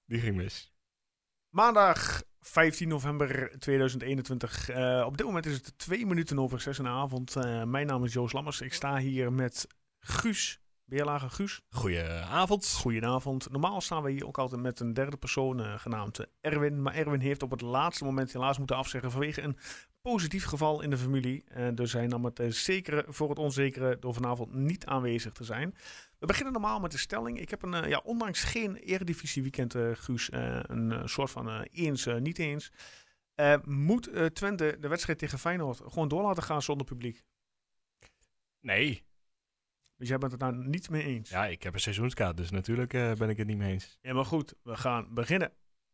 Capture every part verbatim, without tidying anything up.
Die ging mis. Maandag vijftien november tweeduizend eenentwintig. Uh, op dit moment is het twee minuten over zes in de avond. Uh, mijn naam is Joost Lammers. Ik sta hier met Guus. Beerlager Guus. Goedenavond. Goedenavond. Normaal staan we hier ook altijd met een derde persoon uh, genaamd Erwin. Maar Erwin heeft op het laatste moment helaas moeten afzeggen vanwege een positief geval in de familie. Uh, dus hij nam het uh, zekere voor het onzekere door vanavond niet aanwezig te zijn. We beginnen normaal met de stelling. Ik heb een, uh, ja, ondanks geen Eredivisie weekend, uh, Guus, uh, een uh, soort van uh, eens, uh, niet eens. Uh, moet uh, Twente de wedstrijd tegen Feyenoord gewoon door laten gaan zonder publiek? Nee. Dus jij bent het daar niet mee eens? Ja, ik heb een seizoenskaart, dus natuurlijk uh, ben ik het niet mee eens. Ja, maar goed, we gaan beginnen.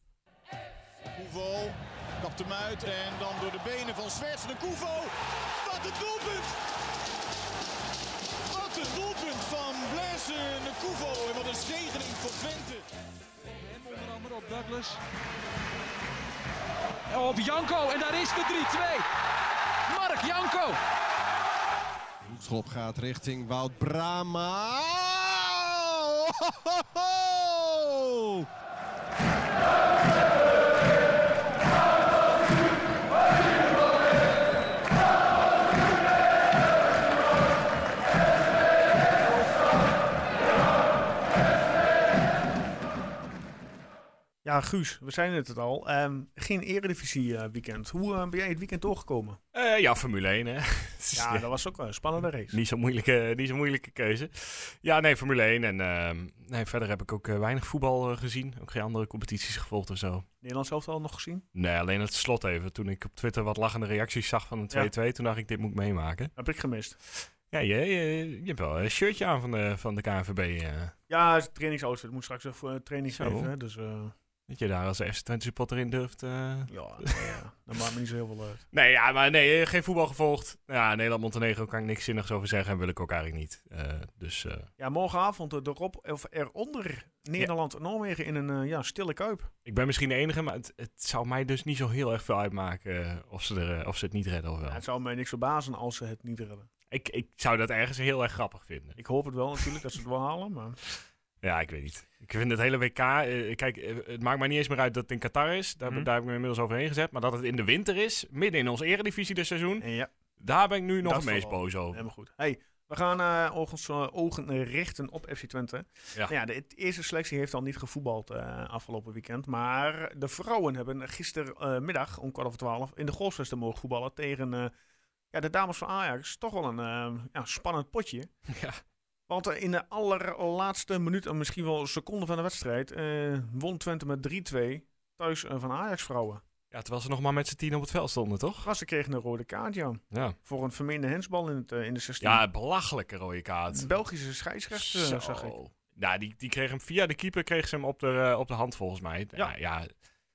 Koevo kapt hem uit en dan door de benen van Zwerts de Koevo. Wat een doelpunt! Wat een doelpunt van Blaise de Koevo en wat een zegening voor Twente. En onder andere op Douglas. Op Janko en daar is de drie twee. Mark Janko. Hoekschop gaat richting Wout Brama. Oh, ho, ho, ho. Ja, Guus, we zijn het al. Um, geen Eredivisie uh, weekend. Hoe uh, ben jij het weekend doorgekomen? Uh, ja, Formule één, hè. Ja, dat was ook een spannende race. Niet zo'n moeilijke, niet zo'n moeilijke keuze. Ja, nee, Formule één. En uh, nee, verder heb ik ook uh, weinig voetbal uh, gezien. Ook geen andere competities gevolgd of zo. Nederlands elftal nog gezien? Nee, alleen het slot even. Toen ik op Twitter wat lachende reacties zag van een twee-twee, ja. Toen dacht ik, dit moet ik meemaken. Heb ik gemist. Ja, je, je, je hebt wel een shirtje aan van de, van de K N V B. Uh. Ja, het trainingsoutfit. Ik moet straks even uh, training Zo. geven. Hè, dus... Uh... Dat je daar als F C Twente supporter in durft. Uh... Ja, nee, ja, dat maakt me niet zo heel veel uit. Nee, ja, maar nee, geen voetbal gevolgd. Ja, Nederland-Montenegro kan ik niks zinnigs over zeggen en wil ik ook eigenlijk niet. Uh, dus, uh... Ja, morgenavond erop of eronder Nederland-Noorwegen in een uh, ja, stille kuip. Ik ben misschien de enige, maar het, het zou mij dus niet zo heel erg veel uitmaken uh, of, ze er, uh, of ze het niet redden of wel. Ja, het zou mij niks verbazen als ze het niet redden. Ik, ik zou dat ergens heel erg grappig vinden. Ik hoop het wel natuurlijk dat ze het wel halen, maar... Ja, ik weet niet. Ik vind het hele W K... Uh, kijk, uh, het maakt mij niet eens meer uit dat het in Qatar is. Daar, mm-hmm. daar heb ik me inmiddels overheen gezet. Maar dat het in de winter is, midden in ons Eredivisie dit seizoen... Ja. Daar ben ik nu nog het meest boos over. Helemaal goed. Hey, we gaan uh, ons uh, ogen richten op F C Twente. Ja. Nou ja, de, de eerste selectie heeft al niet gevoetbald uh, afgelopen weekend. Maar de vrouwen hebben gistermiddag uh, om kwart over twaalf... in de Golfsvesten mogen voetballen tegen uh, ja, de dames van Ajax. Toch wel een uh, ja, spannend potje. Ja. Want in de allerlaatste minuut en misschien wel een seconde van de wedstrijd... Uh, won Twente met drie twee thuis uh, van Ajax-vrouwen. Ja, terwijl ze nog maar met z'n tien op het veld stonden, toch? Maar ze kregen een rode kaart, ja. ja. Voor een vermeende hensbal in, het, uh, in de zestien. Ja, belachelijke rode kaart. Een Belgische scheidsrechter, uh, zag ik. Nou, die, die kreeg hem via de keeper kreeg ze hem op de, uh, op de hand, volgens mij. Ja. Ja, ja.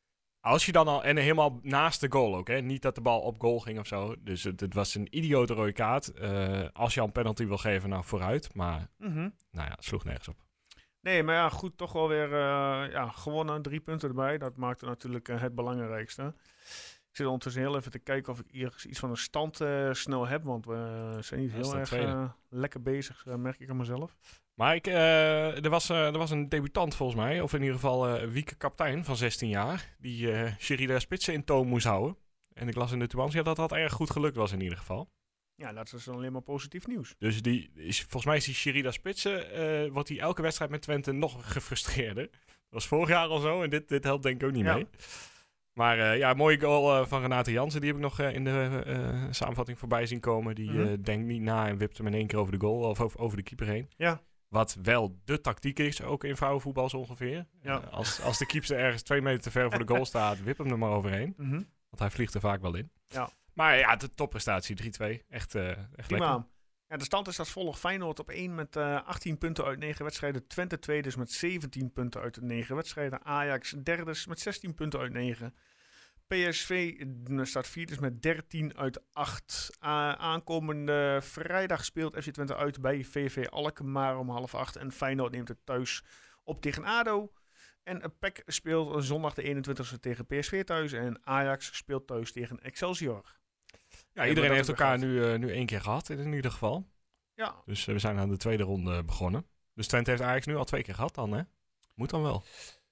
Als je dan al... En helemaal naast de goal ook, hè. Niet dat de bal op goal ging of zo. Dus het, het was een idiote rode kaart. Uh, als je al een penalty wil geven, nou vooruit. Maar, mm-hmm. nou ja, het sloeg nergens op. Nee, maar ja, goed, toch wel weer uh, ja, gewonnen. Drie punten erbij. Dat maakte natuurlijk uh, het belangrijkste. Ik zit ondertussen heel even te kijken of ik hier iets van een stand uh, snel heb. Want we zijn niet heel erg uh, lekker bezig, uh, merk ik aan mezelf. Maar ik, uh, er, was, uh, er was een debutant volgens mij, of in ieder geval uh, Wieke Kaptein van zestien jaar, die uh, Sherida Spitsen in toom moest houden. En ik las in de Tubantia dat dat erg goed gelukt was in ieder geval. Ja, dat is alleen maar positief nieuws. Dus die is, volgens mij is die Sherida Spitsen, uh, wordt hij elke wedstrijd met Twente nog gefrustreerder. Dat was vorig jaar al zo en dit, dit helpt denk ik ook niet ja. mee. Maar uh, ja, mooie goal uh, van Renate Jansen, die heb ik nog uh, in de uh, samenvatting voorbij zien komen. Die mm-hmm. uh, denkt niet na en wipt hem in één keer over de goal of over, over de keeper heen. Ja. Wat wel de tactiek is, ook in vrouwenvoetbal zo ongeveer. Ja. Uh, als, als de keeper ergens twee meter te ver voor de goal staat, wip hem er maar overheen. Mm-hmm. Want hij vliegt er vaak wel in. Ja. Maar ja, de topprestatie drie twee. Echt, uh, echt lekker. Ja, de stand is als volgt. Feyenoord op één met uh, achttien punten uit negen wedstrijden. Twente tweede dus met zeventien punten uit negen wedstrijden. Ajax derde met zestien punten uit negen. P S V staat vierde dus met dertien uit acht. Uh, aankomende vrijdag speelt F C Twente uit bij V V Alkmaar om half acht. En Feyenoord neemt het thuis op tegen ADO. En P E C speelt zondag de eenentwintigste tegen P S V thuis. En Ajax speelt thuis tegen Excelsior. Ja, iedereen heeft elkaar nu, uh, nu één keer gehad in ieder geval. Ja. Dus uh, we zijn aan de tweede ronde begonnen. Dus Twente heeft Ajax nu al twee keer gehad dan, hè? Moet dan wel.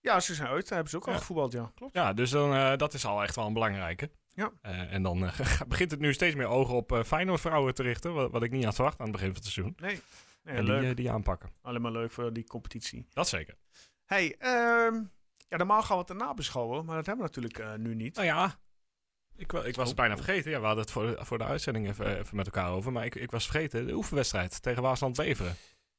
Ja, ze zijn uit. Daar hebben ze ook Ja. al gevoetbald, ja. Klopt. Ja, dus dan, uh, dat is al echt wel een belangrijke. Ja. Uh, en dan uh, begint het nu steeds meer ogen op uh, Feyenoord vrouwen te richten. Wat, wat ik niet had verwacht aan het begin van het seizoen. Nee. nee en leuk. die, uh, die aanpakken. Alleen maar leuk voor die competitie. Dat zeker. Hey, uh, ja, normaal gaan we het erna beschouwen. Maar dat hebben we natuurlijk uh, nu niet. Nou ja, ik, ik was het bijna vergeten. Ja, we hadden het voor, voor de uitzending even, even met elkaar over. Maar ik, ik was vergeten. De oefenwedstrijd tegen Waasland-Beveren.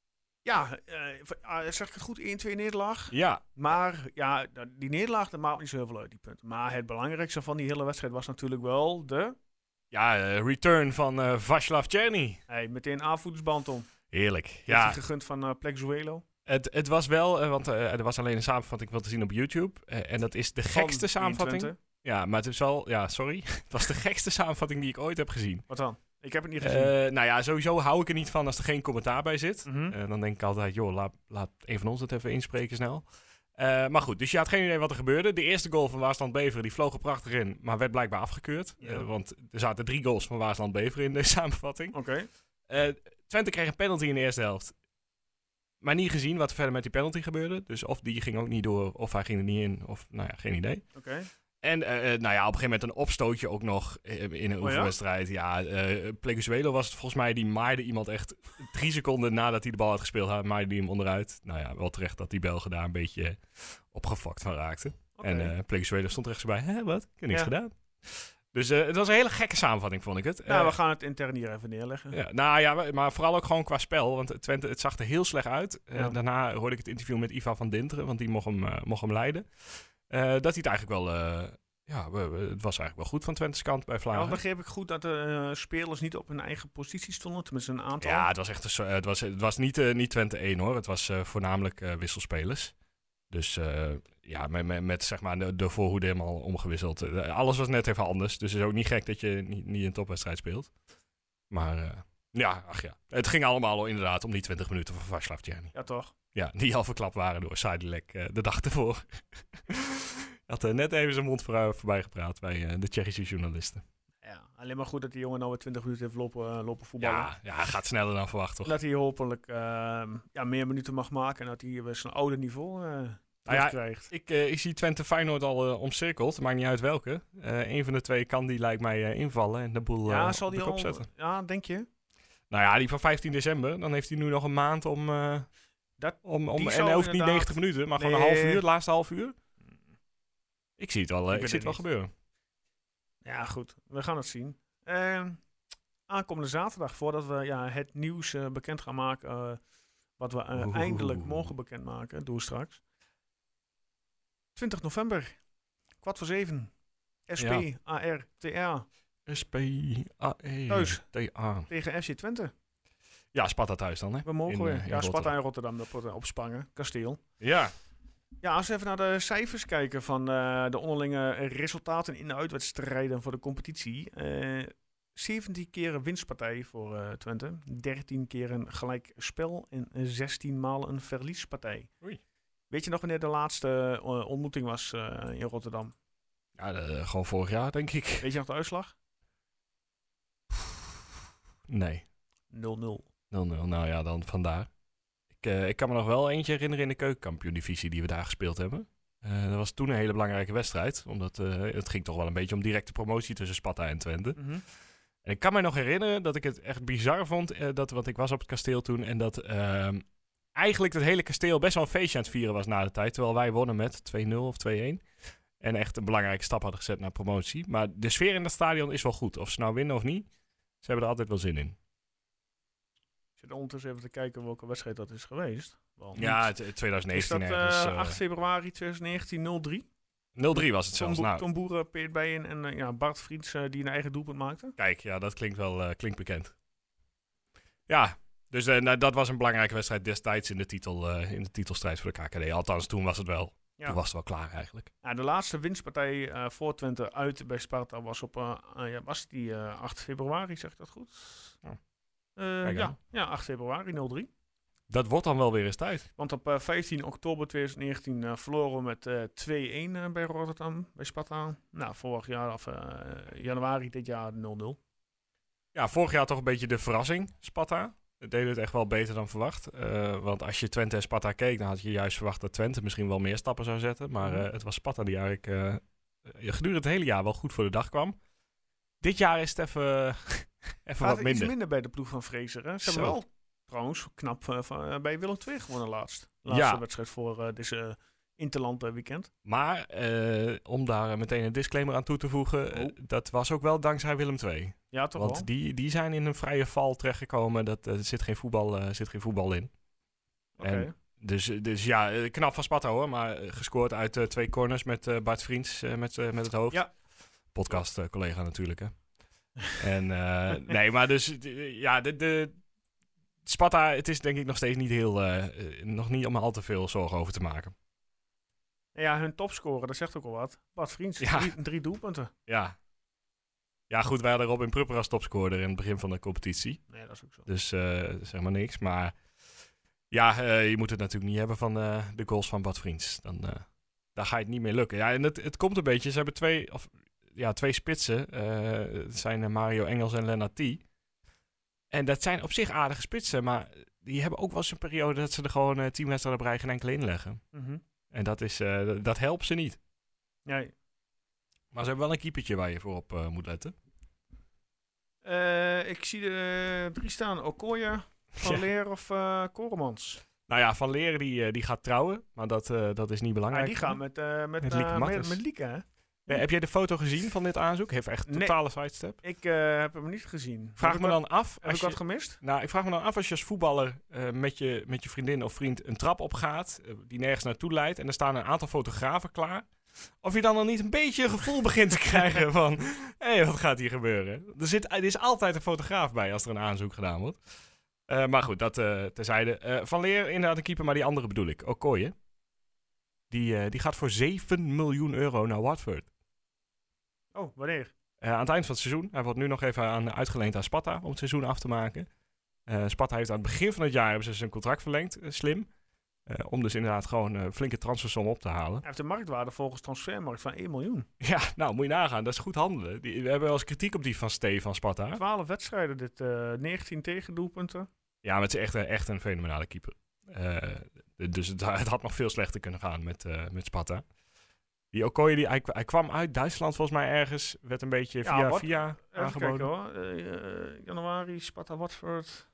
Ja, uh, zeg ik het goed? één twee nederlaag. Ja. Maar ja, die nederlaag, dat maakt niet zo heel veel uit, die punten. Maar het belangrijkste van die hele wedstrijd was natuurlijk wel de... Ja, uh, return van uh, Václav Černý. Hey, meteen aanvoerdersband om. Heerlijk. Ja. Ja. Heeft gegund van uh, Plexuelo. Het, het was wel, uh, want uh, er was alleen een samenvatting wel te zien op YouTube. Uh, en dat is de Van gekste samenvatting. eenentwintig. Ja, maar het is wel, ja, sorry. Het was de gekste samenvatting die ik ooit heb gezien. Wat dan? Ik heb het niet gezien. Uh, nou ja, sowieso hou ik er niet van als er geen commentaar bij zit. Mm-hmm. Uh, dan denk ik altijd, joh, laat, laat een van ons het even inspreken snel. Uh, maar goed, dus je had geen idee wat er gebeurde. De eerste goal van Waasland-Beveren, die vloog er prachtig in, maar werd blijkbaar afgekeurd. Ja. Uh, want er zaten drie goals van Waasland-Beveren in deze samenvatting. Oké. Okay. Uh, Twente kreeg een penalty in de eerste helft. Maar niet gezien wat er verder met die penalty gebeurde. Dus of die ging ook niet door, of hij ging er niet in, of nou ja, geen idee. Oké. Okay. En uh, nou ja, op een gegeven moment een opstootje ook nog uh, in een oh, oefenwedstrijd. Ja, ja uh, Pleguzuelo was het volgens mij, die maaide iemand echt drie seconden nadat hij de bal had gespeeld had, maaide die hem onderuit. Nou ja, wel terecht dat die Belgen daar een beetje opgefokt van raakten. Okay. En uh, Pleguzuelo stond er echt zo bij, hè, wat? Ik heb niks ja. gedaan. Dus uh, het was een hele gekke samenvatting, vond ik het. Nou, uh, we gaan het intern hier even neerleggen. Ja, nou ja, maar vooral ook gewoon qua spel. Want Twente, het zag er heel slecht uit. Uh, ja. Daarna hoorde ik het interview met Ivan van Dinteren, want die mocht hem, uh, mocht hem leiden. Uh, dat hij het eigenlijk wel... Uh, ja, we, we, het was eigenlijk wel goed van Twente's kant bij Vlaanderen. Ja, begreep ik goed dat de uh, spelers niet op hun eigen positie stonden, tenminste een aantal. Ja, het was echt een, het was, het was niet, uh, niet Twente één hoor. Het was uh, voornamelijk uh, wisselspelers. Dus uh, ja, met, met, met zeg maar de, de voorhoede helemaal omgewisseld. Uh, alles was net even anders. Dus het is ook niet gek dat je niet, niet een topwedstrijd speelt. Maar uh, ja, ach ja. Het ging allemaal inderdaad om die twintig minuten van Václav Černý. Ja, toch? Ja, die al verklapt waren door Sadilek uh, de dag ervoor. Had uh, net even zijn mond voor, uh, voorbij gepraat bij uh, de Tsjechische journalisten. Ja, alleen maar goed dat die jongen nou weer twintig minuten heeft lopen, uh, lopen voetballen. Ja, ja, hij gaat sneller dan verwacht toch? Dat hij hopelijk uh, ja, meer minuten mag maken en dat hij weer zijn oude niveau uh, nou ja, krijgt. Ik, uh, ik zie Twente Feyenoord al uh, omcirkeld, maakt niet uit welke. Uh, een van de twee kan die lijkt mij uh, invallen en de boel ja, uh, zal op die de kop al, zetten. Ja, denk je? Nou ja, die van vijftien december, dan heeft hij nu nog een maand om... Uh, dat, om, om en hij hoeft niet negentig minuten, maar nee. gewoon een half uur, het laatste half uur. Ik zie het wel, uh, ik ik zie het wel gebeuren. Ja, goed. We gaan het zien. Uh, aankomende zaterdag, voordat we ja, het nieuws uh, bekend gaan maken, uh, wat we uh, eindelijk mogen bekendmaken, doen we straks. twintig november, kwart voor zeven. S P A R T A. S P A R Thuis. T A. Tegen F C Twente. Ja, Sparta thuis dan, hè? We mogen in, weer. Uh, ja, Sparta in Rotterdam, op, op Spangen, Kasteel. Ja. Ja, als we even naar de cijfers kijken van uh, de onderlinge resultaten in de uitwedstrijden voor de competitie. Uh, zeventien keer een winstpartij voor uh, Twente. dertien keer een gelijk spel en zestien maal een verliespartij. Oei. Weet je nog wanneer de laatste uh, ontmoeting was uh, in Rotterdam? Ja, de, gewoon vorig jaar, denk ik. Weet je nog de uitslag? Nee. nul nul. nul nul, nou ja, dan vandaar. Ik, uh, ik kan me nog wel eentje herinneren in de keukenkampioen-divisie die we daar gespeeld hebben. Uh, dat was toen een hele belangrijke wedstrijd. Omdat uh, het ging toch wel een beetje om directe promotie tussen Sparta en Twente. Mm-hmm. En ik kan me nog herinneren dat ik het echt bizar vond. Uh, dat, want ik was op het kasteel toen. En dat uh, eigenlijk het hele kasteel best wel een feestje aan het vieren was na de tijd. Terwijl wij wonnen met twee nul of twee een. En echt een belangrijke stap hadden gezet naar promotie. Maar de sfeer in het stadion is wel goed. Of ze nou winnen of niet. Ze hebben er altijd wel zin in. Ik zit ondertussen even te kijken welke wedstrijd dat is geweest. Want ja, twintig negentien is dat ergens. Uh, acht februari tweeduizend negentien, nul drie? nul drie was het zelfs. Tom, nou. Tom Boeren, Peert Bijen en uh, ja, Bart Vriends uh, die een eigen doelpunt maakte. Kijk, ja, dat klinkt wel uh, klinkt bekend. Ja, dus uh, nou, dat was een belangrijke wedstrijd destijds in de, titel, uh, in de titelstrijd voor de K K D. Althans, toen was het wel. Ja. Toen was het wel klaar eigenlijk. Ja, de laatste winstpartij uh, voor Twente uit bij Sparta was op uh, uh, ja, was die uh, acht februari, zeg ik dat goed? Ja, uh, ja, ja, acht februari, nul drie. Dat wordt dan wel weer eens tijd. Want op uh, vijftien oktober tweeduizend negentien uh, verloren we met uh, twee een uh, bij Rotterdam, bij Sparta. Nou, vorig jaar, of uh, januari dit jaar nul nul. Ja, vorig jaar toch een beetje de verrassing, Sparta. deden het echt wel beter dan verwacht. Uh, want als je Twente en Sparta keek, dan had je juist verwacht dat Twente misschien wel meer stappen zou zetten. Maar uh, het was Sparta die eigenlijk uh, gedurende het hele jaar wel goed voor de dag kwam. Dit jaar is het even, even wat minder. Iets minder bij de ploeg van Fraser. Hè? Ze Zo. hebben wel trouwens knap uh, van, uh, bij Willem twee gewonnen laatst. Laatste ja. wedstrijd voor uh, deze uh, Interland uh, weekend. Maar uh, om daar meteen een disclaimer aan toe te voegen, oh. uh, dat was ook wel dankzij Willem twee. Ja, toch Want wel? die, die zijn in een vrije val terechtgekomen. Dat, uh, er zit geen voetbal, uh, zit geen voetbal in. Oké. Okay. Dus, dus ja, knap van Sparta hoor. Maar gescoord uit uh, twee corners met uh, Bart Vriends uh, met, uh, met het hoofd. Ja. Podcast uh, collega natuurlijk hè. En uh, nee, maar dus uh, ja, de, de Sparta, het is denk ik nog steeds niet heel, uh, nog niet om al te veel zorgen over te maken. Ja, hun topscorer, dat zegt ook al wat. Bart Vriends, ja. drie, drie doelpunten. Ja. Ja, goed, wij hadden Robin Prupper als topscorer in het begin van de competitie. Nee, dat is ook zo. Dus uh, zeg maar niks. Maar ja, uh, je moet het natuurlijk niet hebben van uh, de goals van Bart Vriends. Dan, uh, daar ga je het niet mee lukken. Ja, en het, het komt een beetje, ze hebben twee, of, ja, twee spitsen. Uh, het zijn uh, Mario Engels en Lennart T. En dat zijn op zich aardige spitsen, maar die hebben ook wel eens een periode dat ze er gewoon uh, tien wedstrijden op rij geen enkele inleggen. Mm-hmm. En dat, is, uh, dat helpt ze niet. Nee. Maar ze hebben wel een keepertje waar je voor op uh, moet letten. Uh, ik zie er drie staan. Okoye, Van ja. Leer of uh, Koremans. Nou ja, Van Leer die, uh, die gaat trouwen, maar dat, uh, dat is niet belangrijk. Ja, die gaat met, uh, met, met uh, Lieke met, met Lieke, hè? Ja, heb jij de foto gezien van dit aanzoek? Heeft echt een totale nee, sidestep. Ik uh, heb hem niet gezien. Vraag heb me ik dan af... Heb ik je, wat gemist? Nou, ik vraag me dan af als je als voetballer uh, met, je, met je vriendin of vriend een trap opgaat, uh, die nergens naartoe leidt, en er staan een aantal fotografen klaar. Of je dan al niet een beetje een gevoel begint te krijgen van, hé, hey, wat gaat hier gebeuren? Er, zit, er is altijd een fotograaf bij als er een aanzoek gedaan wordt. Uh, maar goed, dat uh, terzijde. Uh, Van Leer inderdaad een keeper, maar die andere bedoel ik. Okoye. Die, uh, die gaat voor zeven miljoen euro naar Watford. Oh, wanneer? Uh, aan het eind van het seizoen. Hij wordt nu nog even aan, uitgeleend aan Sparta om het seizoen af te maken. Uh, Sparta heeft aan het begin van het jaar hebben ze zijn contract verlengd. Uh, slim. Uh, om dus inderdaad gewoon een uh, flinke transfersom op te halen. Hij heeft een marktwaarde volgens Transfermarkt van één miljoen. Ja, nou moet je nagaan. Dat is goed handelen. Die, we hebben wel eens kritiek op die van Steve van Sparta. twaalf wedstrijden, dit uh, negentien tegendoelpunten. Ja, maar het is echt, echt een fenomenale keeper. Uh, dus het, het had nog veel slechter kunnen gaan met, uh, met Sparta. Die Okoye, die, hij, hij kwam uit Duitsland volgens mij ergens. Werd een beetje via ja, wat, via aangeboden. Kijken, hoor. Uh, uh, januari, Sparta, Watford.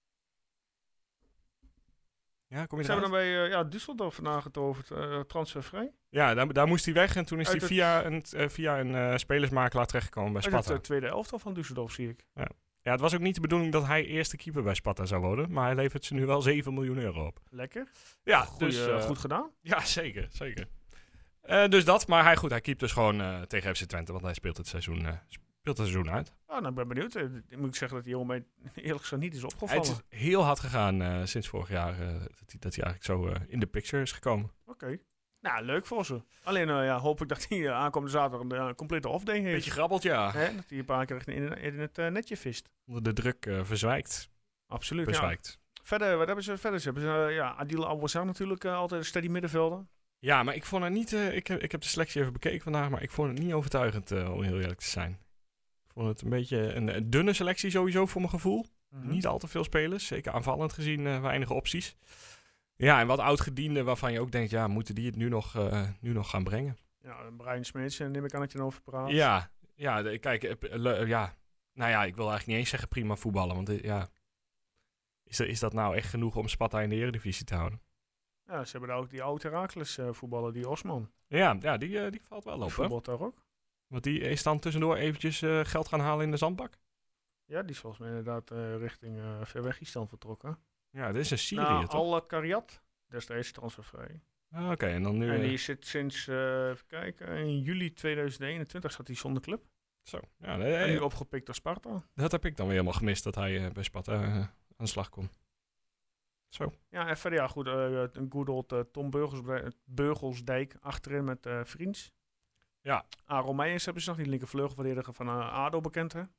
Ja, kom je Ze hebben dan bij uh, ja, Düsseldorf vandaan getoverd, uh, transfervrij. Ja, daar, daar moest hij weg en toen is hij via een, uh, via een uh, spelersmakelaar terechtgekomen bij Sparta. Uit het uh, tweede elftal van Düsseldorf, zie ik. Ja. Ja, het was ook niet de bedoeling dat hij eerste keeper bij Sparta zou worden, maar hij levert ze nu wel zeven miljoen euro op. Lekker. Ja, Goeie, dus uh, goed gedaan. Ja, zeker, zeker. Uh, dus dat, maar hij, goed, hij keept dus gewoon uh, tegen F C Twente, want hij speelt het seizoen, uh, speelt het seizoen uit. Oh, nou, ik ben benieuwd. Uh, moet ik zeggen dat die jongen mij eerlijk gezegd niet is opgevallen. Het is heel hard gegaan uh, sinds vorig jaar, uh, dat, hij, dat hij eigenlijk zo uh, in de picture is gekomen. Oké. Okay. Nou, leuk voor ze. Alleen uh, ja, hoop ik dat hij uh, aankomende zaterdag een uh, complete off-day heeft. Beetje grabbelt, ja. Hè? Dat hij een paar keer in, in het uh, netje vist. Onder de druk uh, verzwijkt. Absoluut, Bezwijkt. Ja. Verder, wat hebben ze verder? Ze hebben uh, ja, Adil Awoussar natuurlijk uh, altijd een steady middenvelder. Ja, maar ik vond het niet... Uh, ik, heb, ik heb de selectie even bekeken vandaag, maar ik vond het niet overtuigend, uh, om heel eerlijk te zijn. Ik vond het een beetje een, een dunne selectie sowieso voor mijn gevoel. Mm-hmm. Niet al te veel spelers, zeker aanvallend gezien uh, weinig opties. Ja, en wat oud-gedienden waarvan je ook denkt, ja, moeten die het nu nog, uh, nu nog gaan brengen? Ja, Brian Smeets, neem ik aan dat je erover praat. Ja, ja, de, kijk, uh, uh, ja, nou ja, ik wil eigenlijk niet eens zeggen prima voetballen, want uh, ja, is, er, is dat nou echt genoeg om Sparta in de Eredivisie te houden? Ja, ze hebben daar ook die oude Heracles uh, voetballer, die Osman. Ja, ja die, uh, die valt wel op, hè? Voetbalt daar ook. Want die is dan tussendoor eventjes uh, geld gaan halen in de zandbak? Ja, die is volgens mij inderdaad uh, richting uh, Verwegistan vertrokken. Ja, dit is een Syrië, nou, toch? Al-Kariat, destijds transfervrij. Ah, Oké, okay, en dan nu... En die uh, zit sinds, uh, even kijken, in juli tweeduizend eenentwintig zat hij zonder club. Zo. Ja, nee, en nu opgepikt door Sparta. Dat heb ik dan weer helemaal gemist, dat hij uh, bij Sparta uh, aan de slag kon. Zo. Ja, en verder, ja, goed, uh, een good old uh, Tom Beugelsdijk, Beugelsdijk achterin met uh, Vriends. Ja. Aaron Meijers hebben ze nog, die linkervleugelverdediger van uh, ADO bekend, hè?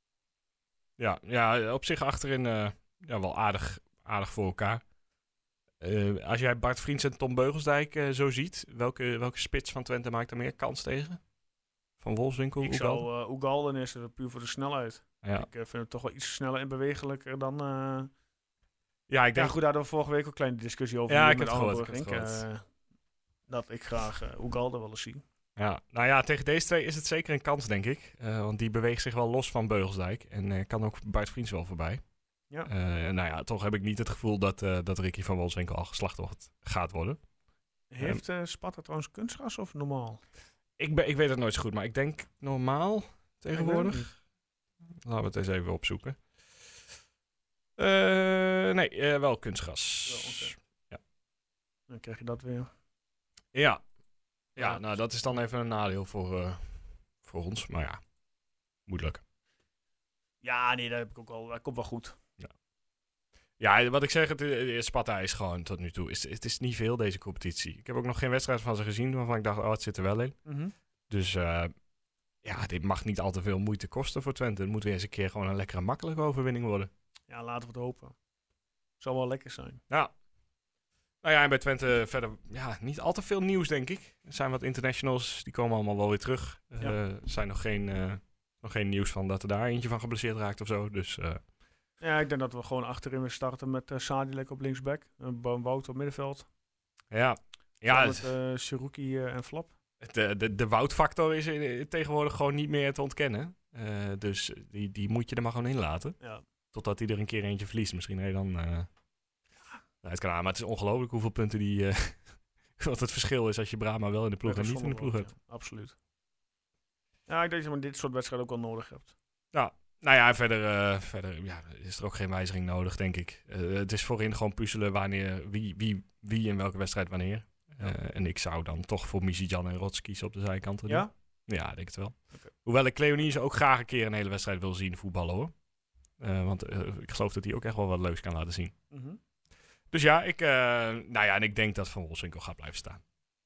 Ja, ja, op zich achterin uh, ja, wel aardig, aardig voor elkaar. Uh, als jij Bart Vriends en Tom Beugelsdijk uh, zo ziet, welke, welke spits van Twente maakt er meer kans tegen? Van Wolfswinkel, Ik zou uh, Ugalde is puur voor de snelheid. Ja. Ik uh, vind het toch wel iets sneller en bewegelijker dan, uh, Ja, ik denk... Ja, goed, daar hadden we vorige week ook een kleine discussie over. Ja, hier ik met heb het Arno gehoord, ik heb het Borgink, uh, dat ik graag uh, Ugalde wil eens zien. Ja, nou ja, tegen deze twee is het zeker een kans, denk ik. Uh, want die beweegt zich wel los van Beugelsdijk. En uh, kan ook Bart Vriends wel voorbij. Ja. Uh, nou ja, toch heb ik niet het gevoel dat, uh, dat Ricky van Wolfswinkel al geslacht wordt, gaat worden. Heeft uh, Sparta trouwens kunstgras of normaal? Ik, ben, ik weet het nooit zo goed, maar ik denk normaal tegenwoordig. Laten we het eens even opzoeken. Uh, nee, uh, wel kunstgras. Wel, okay. Ja. Dan krijg je dat weer. Ja. Ja, nou dat is dan even een nadeel voor, uh, voor ons. Maar ja, moet lukken. Ja, nee, dat heb ik ook al. Dat komt wel goed. Ja, ja wat ik zeg, het, het Sparta is gewoon tot nu toe. Is, het is niet veel deze competitie. Ik heb ook nog geen wedstrijd van ze gezien waarvan ik dacht, oh, het zit er wel in. Mm-hmm. Dus uh, ja, dit mag niet al te veel moeite kosten voor Twente. Het moet weer eens een keer gewoon een lekkere, makkelijke overwinning worden. Ja, laten we het hopen. Zou wel lekker zijn. Ja. Nou ja, en bij Twente verder ja, niet al te veel nieuws, denk ik. Er zijn wat internationals, die komen allemaal wel weer terug. Er ja. uh, zijn nog geen, uh, nog geen nieuws van dat er daar eentje van geblesseerd raakt of zo. Dus, uh... ja, ik denk dat we gewoon achterin weer starten met uh, Sadilek op linksback. Uh, Wout op middenveld. Ja. ja met uh, Seruki uh, en Flap. De, de, de Wout-factor is in, tegenwoordig gewoon niet meer te ontkennen. Uh, dus die, die moet je er maar gewoon in laten. Ja. Totdat hij er een keer eentje verliest. Misschien hij dan... Uh... Het kan aan, maar het is ongelooflijk hoeveel punten die... Uh, wat het verschil is als je Brahma wel in de ploeg en niet in de ploeg hebt. Ja, absoluut. Ja, ik denk dat je dit soort wedstrijden ook wel nodig hebt. Ja, nou ja, verder, uh, verder ja, is er ook geen wijziging nodig, denk ik. Uh, het is voorin gewoon puzzelen wanneer, wie, wie, wie in welke wedstrijd wanneer. Uh, ja. En ik zou dan toch voor Misijan en Rots kiezen op de zijkanten. Ja? Doen. Ja, ik denk het wel. Okay. Hoewel ik Cleonice ook graag een keer een hele wedstrijd wil zien voetballen, hoor. Uh, want uh, ik geloof dat hij ook echt wel wat leuks kan laten zien. Mm-hmm. Dus ja, ik, uh, nou ja, en ik denk dat Van Wolfswinkel gaat blijven staan.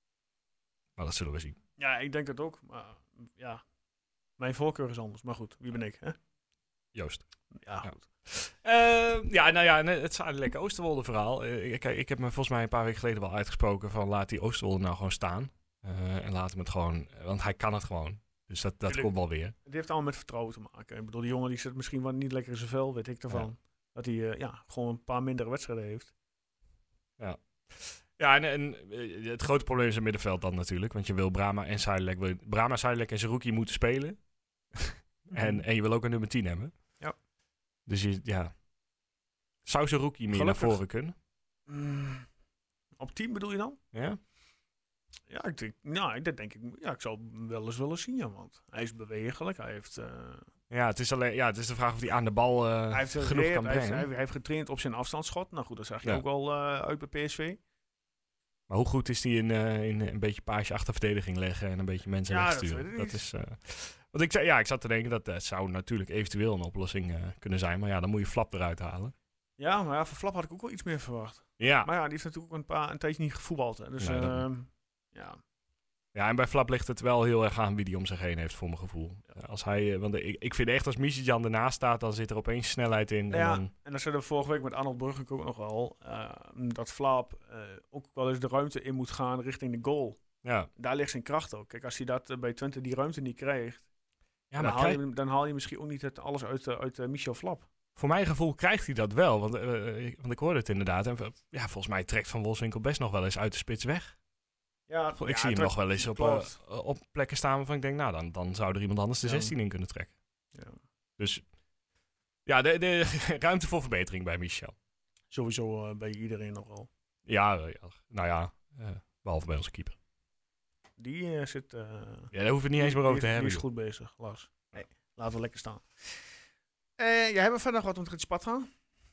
Maar dat zullen we zien. Ja, ik denk het ook. Maar ja, mijn voorkeur is anders. Maar goed, wie ben ik, hè? Joost. Ja, ja. goed. Uh, ja, nou ja, het Zadilek Oosterwolde verhaal. Uh, ik, ik heb me volgens mij een paar weken geleden wel uitgesproken van laat die Oosterwolde nou gewoon staan. Uh, en laat hem het gewoon, want hij kan het gewoon. Dus dat, dat komt wel weer. Het heeft allemaal met vertrouwen te maken. Ik bedoel, die jongen die zit misschien wel niet lekker in zijn vel, weet ik ervan. Ja. Dat hij uh, ja, gewoon een paar mindere wedstrijden heeft. Ja, ja en, en uh, het grote probleem is het middenveld dan natuurlijk. Want je wil Brahma en Zadilek, Brahma, Zadilek en Seruki moeten spelen. en, en je wil ook een nummer tien hebben. Ja. Dus je, ja. Zou Seruki meer Gelukkig. naar voren kunnen? Mm, op tien bedoel je dan? Ja. Ja, ik denk, nou, dat denk ik, ja, ik zou hem wel eens willen zien, ja, want hij is bewegelijk, hij heeft... Uh, ja, het is alleen, ja, het is de vraag of hij aan de bal uh, hij heeft genoeg gereerd, kan brengen. Hij heeft, hij heeft getraind op zijn afstandsschot. Nou goed, dat zag je ja. ook al uh, uit bij P S V. Maar hoe goed is hij in, uh, in een beetje paasje achterverdediging leggen en een beetje mensen ja, wegsturen? Dat, dat is, uh, want ik, ja, ik zat te denken dat het zou natuurlijk eventueel een oplossing uh, kunnen zijn, maar ja, dan moet je Flap eruit halen. Ja, maar ja, van Flap had ik ook wel iets meer verwacht. Ja. Maar ja, die heeft natuurlijk ook een, paar, een tijdje niet gevoetbald. Hè. Dus nee, uh, ja... Ja, en bij Flap ligt het wel heel erg aan wie die om zich heen heeft, voor mijn gevoel. Ja. Als hij, want ik, ik vind echt als Misijan ernaast staat, dan zit er opeens snelheid in. Ja, en dan, en dan zeiden we vorige week met Arnold Brugge ook nog wel, uh, dat Flap uh, ook wel eens de ruimte in moet gaan richting de goal. Ja. Daar ligt zijn kracht ook. Kijk, als hij dat uh, bij Twente die ruimte niet krijgt, ja, dan, maar haal krijg... je, dan haal je misschien ook niet het alles uit, uh, uit uh, Michel Flap. Voor mijn gevoel krijgt hij dat wel, want, uh, ik, want ik hoorde het inderdaad. En, ja, volgens mij trekt Van Wolfswinkel best nog wel eens uit de spits weg. Ja, ik ja, zie hem nog wel eens op, uh, op plekken staan waarvan ik denk, nou, dan, dan zou er iemand anders de ja. zestien in kunnen trekken. Ja. Dus ja, de, de ruimte voor verbetering bij Michel. Sowieso uh, bij iedereen nog wel. Ja, ja nou ja, uh, behalve bij onze keeper. Die uh, zit... Uh, ja, daar hoeven we het niet eens meer over te die hebben. Die is goed bezig, Lars. Nee, laten we lekker staan. Uh, jij hebt verder nog wat om te spat gaan?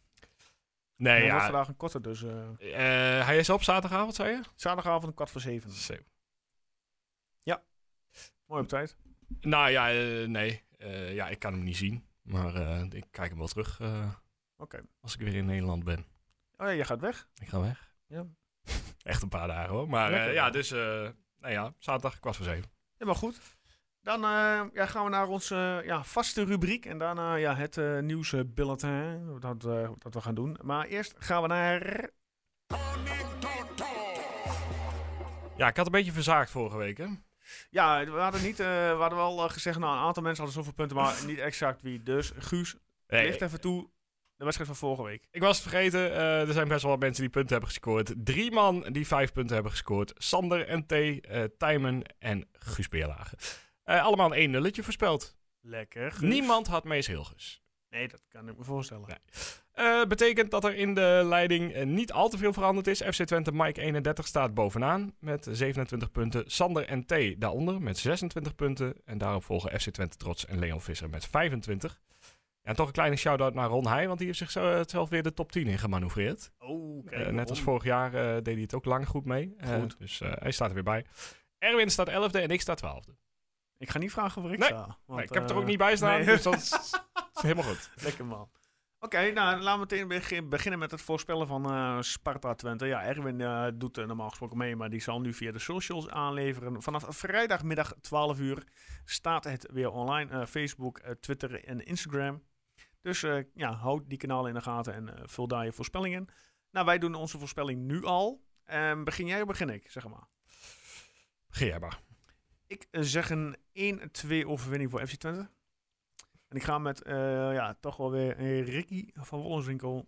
Nee, ja. ja. wordt vandaag een korte, dus... Uh, uh, hij is op zaterdagavond, zei je? Zaterdagavond een kwart voor zeven. Zo. Ja. Mooi op tijd. Nou ja, uh, nee. Uh, ja, ik kan hem niet zien. Maar uh, ik kijk hem wel terug uh, Oké. Okay. Als ik weer in Nederland ben. Oh ja, je gaat weg? Ik ga weg. Ja. Echt een paar dagen hoor. Maar uh, ja, dus... Uh, nou ja, zaterdag kwart voor zeven. Ja, maar goed. Dan uh, ja, gaan we naar onze uh, ja, vaste rubriek. En daarna ja, het uh, nieuwsbulletin dat, uh, dat we gaan doen. Maar eerst gaan we naar... Ja, ik had een beetje verzaakt vorige week, hè? Ja, we hadden, niet, uh, we hadden wel uh, gezegd... Nou, een aantal mensen hadden zoveel punten, maar niet exact wie. Dus Guus, nee, licht even toe. de wedstrijd van vorige week. Ik was het vergeten, uh, er zijn best wel wat mensen die punten hebben gescoord. Drie man die vijf punten hebben gescoord. Sander, N T, uh, Tijmen en Guus Beerlage. Uh, allemaal een één nulletje voorspeld. Lekker. Guus. Niemand had Mees Hilgers. Nee, dat kan ik me voorstellen. Nee. Uh, betekent dat er in de leiding uh, niet al te veel veranderd is. F C Twente Mike eenendertig staat bovenaan met zevenentwintig punten. Sander N T daaronder met zesentwintig punten. En daarop volgen F C Twente Trots en Leon Visser met vijfentwintig. En toch een kleine shout-out naar Ron Heij, want die heeft zichzelf weer de top tien in gemanoeuvreerd. Oh, kijk, uh, net als vorig jaar uh, deed hij het ook lang goed mee. Uh, goed. Dus uh, hij staat er weer bij. Erwin staat elfde en ik sta twaalfde. Ik ga niet vragen waar ik nee. sta. Want, nee, ik heb uh, er ook niet bij staan, nee. dus dat is, is helemaal goed. Lekker man. Oké, okay, nou laten we meteen begin, beginnen met het voorspellen van uh, Sparta Twente. Ja, Erwin uh, doet uh, normaal gesproken mee, maar die zal nu via de socials aanleveren. Vanaf vrijdagmiddag twaalf uur staat het weer online. Uh, Facebook, uh, Twitter en Instagram. Dus uh, ja, houd die kanalen in de gaten en uh, vul daar je voorspellingen. Nou, wij doen onze voorspelling nu al. Um, begin jij of begin ik, zeg maar? Begin jij maar. Ik uh, zeg een één twee overwinning voor F C Twente. En ik ga met, uh, ja, toch wel weer uh, Ricky van Wollenswinkel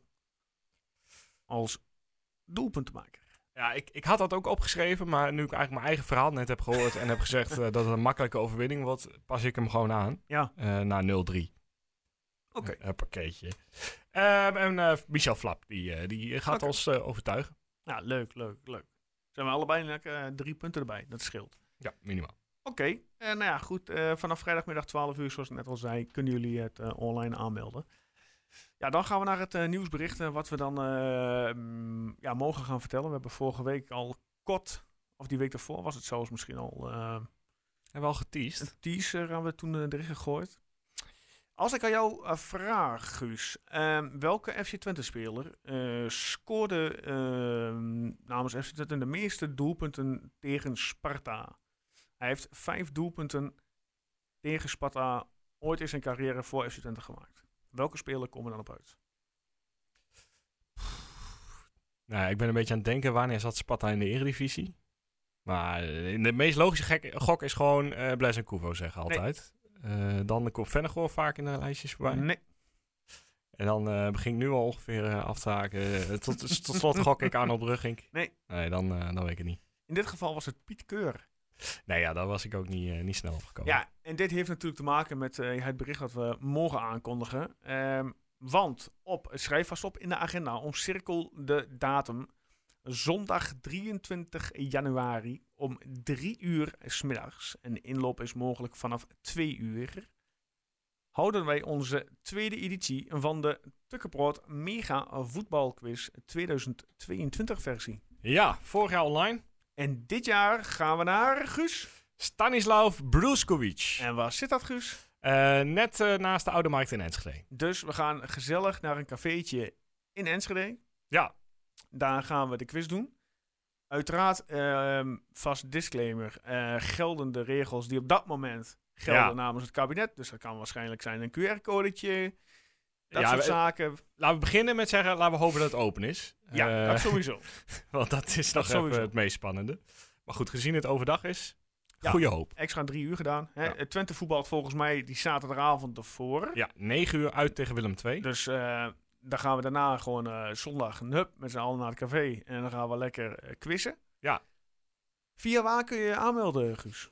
als doelpuntenmaker. Ja, ik, ik had dat ook opgeschreven, maar nu ik eigenlijk mijn eigen verhaal net heb gehoord en heb gezegd uh, dat het een makkelijke overwinning wordt, pas ik hem gewoon aan. Ja. Uh, naar nul drie. Oké. Okay. Een pakketje. Uh, en uh, Michel Flap, die, uh, die gaat okay. ons uh, overtuigen. Ja, leuk, leuk, leuk. Zijn we allebei lekker uh, drie punten erbij. Dat scheelt. Ja, minimaal. Oké, okay. uh, nou ja, goed. Uh, vanaf vrijdagmiddag twaalf uur, zoals ik net al zei, kunnen jullie het uh, online aanmelden. Ja, dan gaan we naar het uh, nieuwsbericht, uh, wat we dan uh, m, ja, mogen gaan vertellen. We hebben vorige week al kort, of die week daarvoor was het zelfs misschien al... Uh, hebben we al geteased? Een teaser hebben we toen uh, erin gegooid. Als ik aan jou uh, vraag, Guus, uh, welke F C Twente-speler uh, scoorde uh, namens F C Twente de meeste doelpunten tegen Sparta? Hij heeft vijf doelpunten tegen Sparta ooit in zijn carrière voor F C Twente gemaakt. Welke speler komen dan op uit? Nou, ik ben een beetje aan het denken, wanneer zat Sparta in de Eredivisie? Maar de meest logische gek, gok is gewoon uh, Blaise Couvo zeggen altijd. Nee. Uh, dan komt Vennegoor vaak in de lijstjes voorbij. Nee. En dan uh, begin ik nu al ongeveer uh, af te haken. Uh, tot, tot slot gok ik Arnold Bruggink. Nee. Nee, dan, uh, dan weet ik het niet. In dit geval was het Piet Keur. Nee, ja, daar was ik ook niet, uh, niet snel op gekomen. Ja, en dit heeft natuurlijk te maken met uh, het bericht dat we morgen aankondigen. Um, want op, schrijf vast op in de agenda, omcirkel de datum. Zondag drieëntwintig januari om drie uur 's middags. En de inloop is mogelijk vanaf twee uur. Houden wij onze tweede editie van de Tukkenbrood Mega Voetbalquiz tweeduizend tweeëntwintig versie. Ja, vorig jaar online. En dit jaar gaan we naar, Guus? Stanislav Bruskovic. En waar zit dat, Guus? Uh, net uh, naast de Oude Markt in Enschede. Dus we gaan gezellig naar een cafeetje in Enschede. Ja. Daar gaan we de quiz doen. Uiteraard, uh, vast disclaimer, uh, gelden de regels die op dat moment gelden ja. namens het kabinet. Dus dat kan waarschijnlijk zijn een Q R-codetje, dat ja, soort we, zaken. Laten we beginnen met zeggen, laten we hopen dat het open is. Ja, uh, dat sowieso. Want dat is nog even het meest spannende. Maar goed, gezien het overdag is, ja, goede hoop. Extra drie uur gedaan. Hè? Ja. Twente voetbalt volgens mij die zaterdagavond ervoor. Ja, negen uur uit tegen Willem twee. Dus uh, dan gaan we daarna gewoon uh, zondag hup, met z'n allen naar het café. En dan gaan we lekker uh, quizzen. Ja. Via waar kun je je aanmelden, Guus?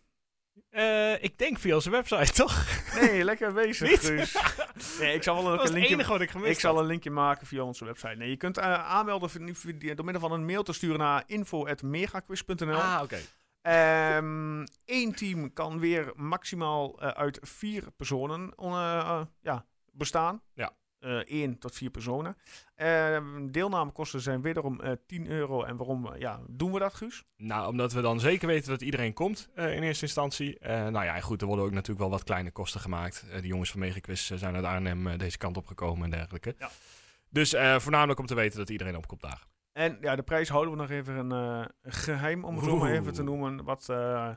Uh, ik denk via onze website, toch? Nee, lekker bezig, Guus. Nee, ik zal wel een, dat een linkje, enige wat ik gemist Ik zal een linkje maken via onze website. Nee, je kunt uh, aanmelden door middel van een mail te sturen naar info at megaquiz punt n l. Ah, oké. Okay. Um, Eén team kan weer maximaal uh, uit vier personen uh, uh, ja, bestaan. Ja. Uh, één tot vier personen. Uh, deelnamekosten zijn wederom uh, tien euro. En waarom uh, ja, doen we dat, Guus? Nou, omdat we dan zeker weten dat iedereen komt uh, in eerste instantie. Uh, nou ja, goed, er worden ook natuurlijk wel wat kleine kosten gemaakt. Uh, de jongens van Megaquiz uh, zijn uit Arnhem uh, deze kant op gekomen en dergelijke. Ja. Dus uh, voornamelijk om te weten dat iedereen opkomt dagen. En ja, de prijs houden we nog even een uh, geheim, om het zo maar even te noemen. Wat uh,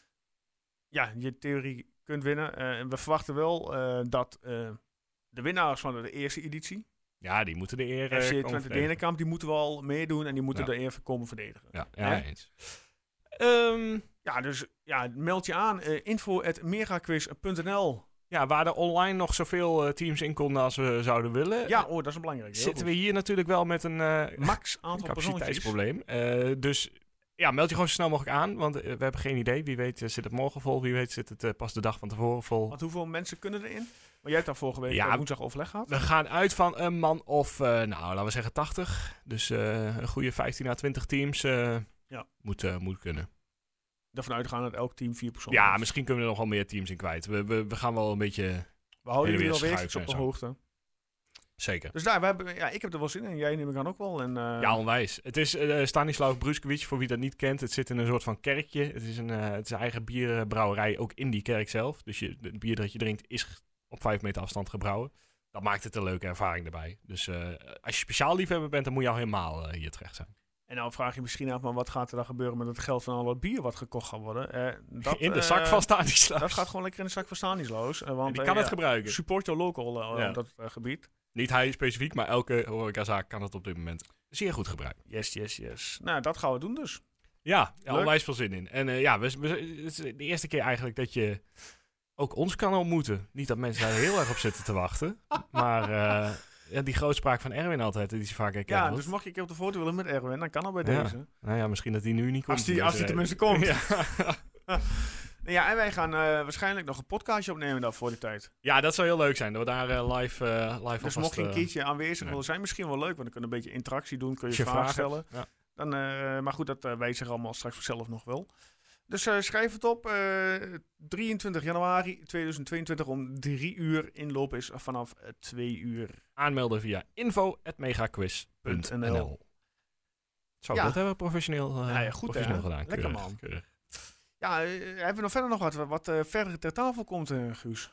ja, je theorie kunt winnen. Uh, en we verwachten wel uh, dat... Uh, de winnaars van de eerste editie. Ja, die moeten de eer uh, F C Twente Denenkamp, die moeten wel meedoen en die moeten ja. de eer komen verdedigen. Ja, ja eens. Um, ja, dus ja, meld je aan. Uh, info at megaquiz punt n l ja, waar er online nog zoveel uh, teams in konden als we zouden willen. Ja, oh, dat is een belangrijk. Heel Zitten goed. we hier natuurlijk wel met een uh, max aantal capaciteitsprobleem. Uh, dus ja, meld je gewoon zo snel mogelijk aan, want uh, we hebben geen idee. Wie weet uh, zit het morgen vol, wie weet zit het uh, pas de dag van tevoren vol. Want hoeveel mensen kunnen erin? Maar jij hebt daar vorige week ja, uh, woensdag overleg gehad. We gaan uit van een man of, uh, nou laten we zeggen tachtig. Dus uh, een goede vijftien à twintig teams uh, ja. moet, uh, moet kunnen. Ervan uitgaan dat elk team vier personen Ja, is. misschien kunnen we er nog wel meer teams in kwijt. We, we, we gaan wel een beetje... We houden jullie wel wekelijks op de hoogte. Zeker. Dus daar, we hebben, ja, ik heb er wel zin in. Jij neem ik aan ook wel. En, uh... Ja, onwijs. Het is uh, Stanislav Bruskovic, voor wie dat niet kent. Het zit in een soort van kerkje. Het is een, uh, het is een eigen bierbrouwerij, ook in die kerk zelf. Dus je, het bier dat je drinkt is op vijf meter afstand gebrouwen. Dat maakt het een leuke ervaring erbij. Dus uh, als je speciaal liefhebber bent, dan moet je al helemaal uh, hier terecht zijn. En nou vraag je misschien af, maar wat gaat er dan gebeuren met het geld van al het bier wat gekocht gaat worden? Uh, dat, in de uh, zak van Stanislav. Dat gaat gewoon lekker in de zak van Stanislav. Uh, want die uh, kan ja, het gebruiken. Support your local uh, ja. op dat uh, gebied. Niet hij specifiek, maar elke horecazaak kan het op dit moment zeer goed gebruiken. Yes, yes, yes. Nou, dat gaan we doen dus. Ja, ja onwijs veel zin in. En uh, ja, we, we, het is de eerste keer eigenlijk dat je ook ons kan ontmoeten. Niet dat mensen daar heel erg op zitten te wachten. Maar uh, ja, die grootspraak van Erwin altijd, die is vaak herkend. Ja, dus mocht je een keer op de foto willen met Erwin, dan kan dat bij ja. deze. Nou ja, misschien dat hij nu niet komt. Als die, als die tenminste komt. Ja. Ja, en wij gaan uh, waarschijnlijk nog een podcastje opnemen dan voor die tijd. Ja, dat zou heel leuk zijn. Dat we daar uh, live, uh, live Dus alvast, mocht je een uh, keertje aanwezig nee. willen zijn, misschien wel leuk. Want dan kunnen we een beetje interactie doen, kun je, je vragen vragen stellen. Ja. Dan, uh, maar goed, dat uh, weet zich allemaal straks vanzelf nog wel. Dus uh, schrijf het op. Uh, drieëntwintig januari tweeduizend tweeëntwintig om drie uur. Inloop is vanaf uh, twee uur. Aanmelden via info at megaquiz punt n l. Zo, ja. dat hebben we professioneel, uh, ja, ja, goed, professioneel hè? gedaan. Lekker, keurig, man. Keurig. Ja, uh, hebben we nog verder nog wat, wat uh, verder ter tafel komt, uh, Guus?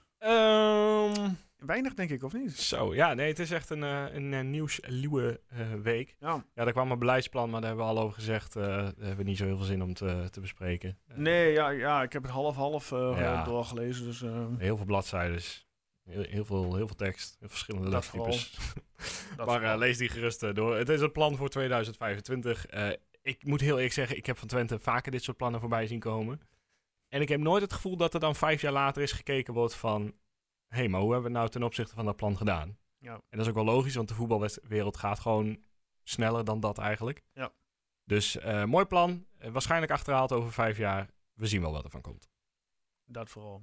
Um, Weinig, denk ik, of niet? Zo, ja, nee, het is echt een, uh, een uh, nieuwsluwe uh, week. Ja. Ja, daar kwam een beleidsplan, maar daar hebben we al over gezegd. Uh, daar hebben we niet zo heel veel zin om te, te bespreken. Uh, Nee, ja, ja, ik heb het half-half uh, Ja. doorgelezen. Dus, uh, Heel veel bladzijden, heel, heel, veel, heel veel tekst, heel veel verschillende Dat lettertypes. dat maar uh, vooral. lees die gerust uh, door. Het is een plan voor tweeduizend vijfentwintig. Uh, ik moet heel eerlijk zeggen, ik heb van Twente vaker dit soort plannen voorbij zien komen. En ik heb nooit het gevoel dat er dan vijf jaar later is gekeken wordt van... hé, hey, maar hoe hebben we het nou ten opzichte van dat plan gedaan? Ja. En dat is ook wel logisch, want de voetbalwereld gaat gewoon sneller dan dat eigenlijk. Ja. Dus uh, mooi plan. Uh, waarschijnlijk achterhaald over vijf jaar. We zien wel wat er van komt. Dat vooral.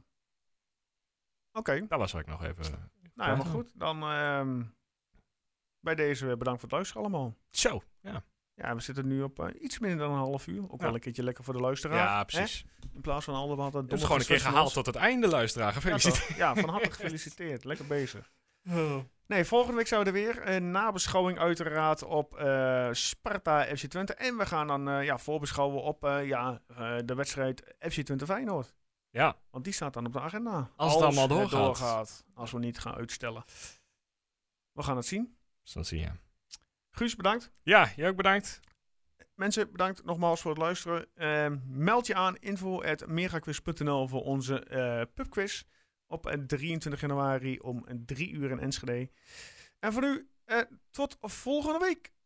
Oké. Okay. Dat was wat ik nog even... Uh, nou, helemaal goed. Dan uh, bij deze bedankt voor het luisteren allemaal. Zo, ja. Ja, we zitten nu op uh, iets minder dan een half uur. Ook ja. wel een keertje lekker voor de luisteraar. Ja, precies. Hè? In plaats van allemaal dat Het is gewoon een keer gehaald tot het einde, luisteraar. Gefeliciteerd. Ja, ja, van harte gefeliciteerd. Lekker bezig. Oh. Nee, volgende week zijn we er weer. Een nabeschouwing uiteraard op uh, Sparta F C Twente. En we gaan dan uh, ja, voorbeschouwen op uh, ja, uh, de wedstrijd F C Twente Feyenoord. Ja. Want die staat dan op de agenda. Als, als het allemaal doorgaat. Het doorgaat. Als we niet gaan uitstellen. We gaan het zien. Zo zie je. Guus, bedankt. Ja, jij ook bedankt. Mensen, bedankt nogmaals voor het luisteren. Uh, meld je aan info at megaquiz punt n l voor onze uh, pubquiz op uh, drieëntwintig januari om drie uur in Enschede. En voor nu, uh, tot volgende week.